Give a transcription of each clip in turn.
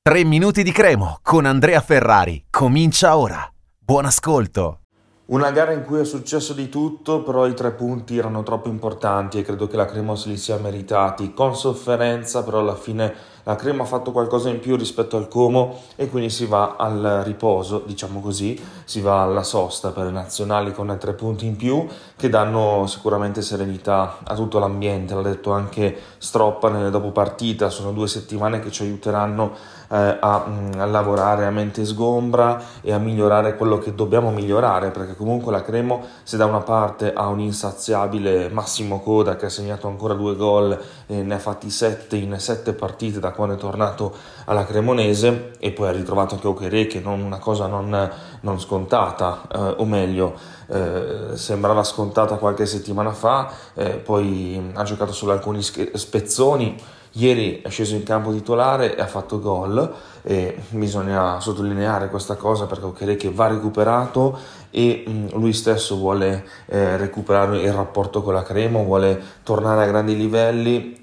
3 minuti di Cremo con Andrea Ferrari. Comincia ora. Buon ascolto. Una gara in cui è successo di tutto, però i 3 punti erano troppo importanti e credo che la Cremo se li sia meritati con sofferenza, però alla fine la Cremo ha fatto qualcosa in più rispetto al Como e quindi si va al riposo, diciamo così, si va alla sosta per le nazionali con 3 punti in più che danno sicuramente serenità a tutto l'ambiente. L'ha detto anche Stroppa nelle dopo partita, sono 2 settimane che ci aiuteranno a lavorare a mente sgombra e a migliorare quello che dobbiamo migliorare, perché comunque la Cremo, se da una parte ha un insaziabile Massimo Coda che ha segnato ancora 2 gol e ne ha fatti 7 in 7 partite da quando è tornato alla Cremonese, e poi ha ritrovato anche Okereke, non una cosa non scontata, o meglio sembrava scontata qualche settimana fa, poi ha giocato solo alcuni spezzoni. Ieri è sceso in campo titolare e ha fatto gol, e bisogna sottolineare questa cosa perché Okereke va recuperato e lui stesso vuole recuperare il rapporto con la Cremo, vuole tornare a grandi livelli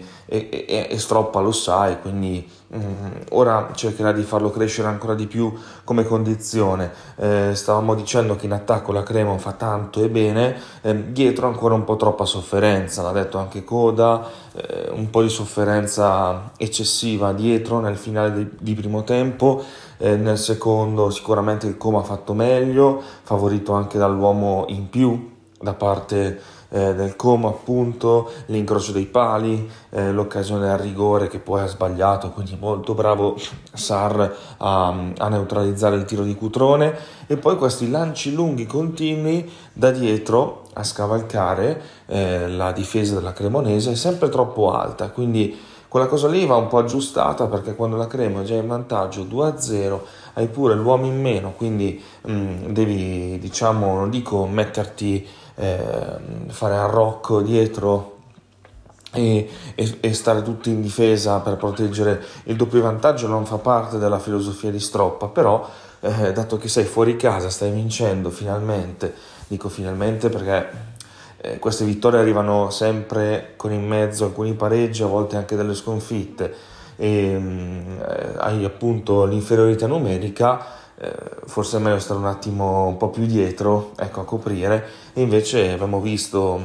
e Stroppa lo sa, e quindi ora cercherà di farlo crescere ancora di più come condizione. Stavamo dicendo che in attacco la Cremo fa tanto e bene, dietro ancora un po' troppa sofferenza, l'ha detto anche Coda, un po' di sofferenza eccessiva dietro nel finale di primo tempo. Nel secondo sicuramente il Como ha fatto meglio, favorito anche dall'uomo in più da parte del Como, appunto l'incrocio dei pali, l'occasione al rigore che poi ha sbagliato, quindi molto bravo Sarr a neutralizzare il tiro di Cutrone, e poi questi lanci lunghi continui da dietro a scavalcare la difesa della Cremonese, è sempre troppo alta, quindi quella cosa lì va un po' aggiustata, perché quando la Cremo è già in vantaggio 2-0 hai pure l'uomo in meno, quindi devi, diciamo, non dico metterti fare arrocco dietro e stare tutti in difesa per proteggere il doppio vantaggio, non fa parte della filosofia di Stroppa, però dato che sei fuori casa, stai vincendo finalmente, dico finalmente perché queste vittorie arrivano sempre con in mezzo alcuni pareggi, a volte anche delle sconfitte, e hai appunto l'inferiorità numerica, forse è meglio stare un attimo un po' più dietro, ecco, a coprire. E invece abbiamo visto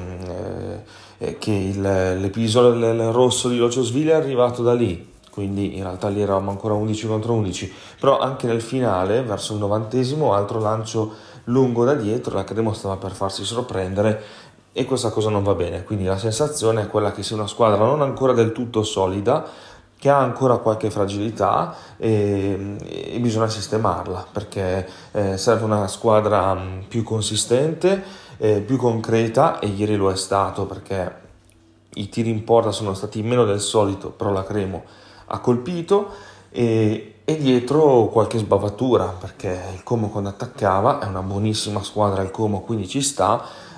che l'episodio del rosso di Lociosvili è arrivato da lì, quindi in realtà lì eravamo ancora 11 contro 11, però anche nel finale, verso il 90esimo, altro lancio lungo da dietro, la Cremo stava per farsi sorprendere e questa cosa non va bene. Quindi la sensazione è quella che sia una squadra non ancora del tutto solida, che ha ancora qualche fragilità e bisogna sistemarla, perché serve una squadra più consistente, più concreta, e ieri lo è stato, perché i tiri in porta sono stati meno del solito, però la Cremo ha colpito, e dietro qualche sbavatura, perché il Como quando attaccava, è una buonissima squadra il Como, quindi ci sta,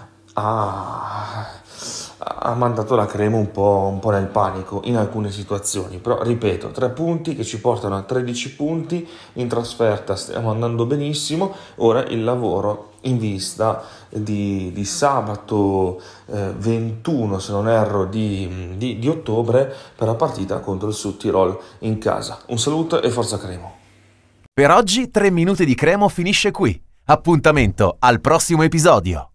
ha mandato la Crema un po' nel panico in alcune situazioni. Però ripeto, 3 punti che ci portano a 13 punti in trasferta, stiamo andando benissimo. Ora il lavoro in vista di sabato 21, se non erro, di ottobre, per la partita contro il Sud Tirol in casa. Un saluto e forza Cremo. Per oggi 3 minuti di Cremo finisce qui. Appuntamento al prossimo episodio.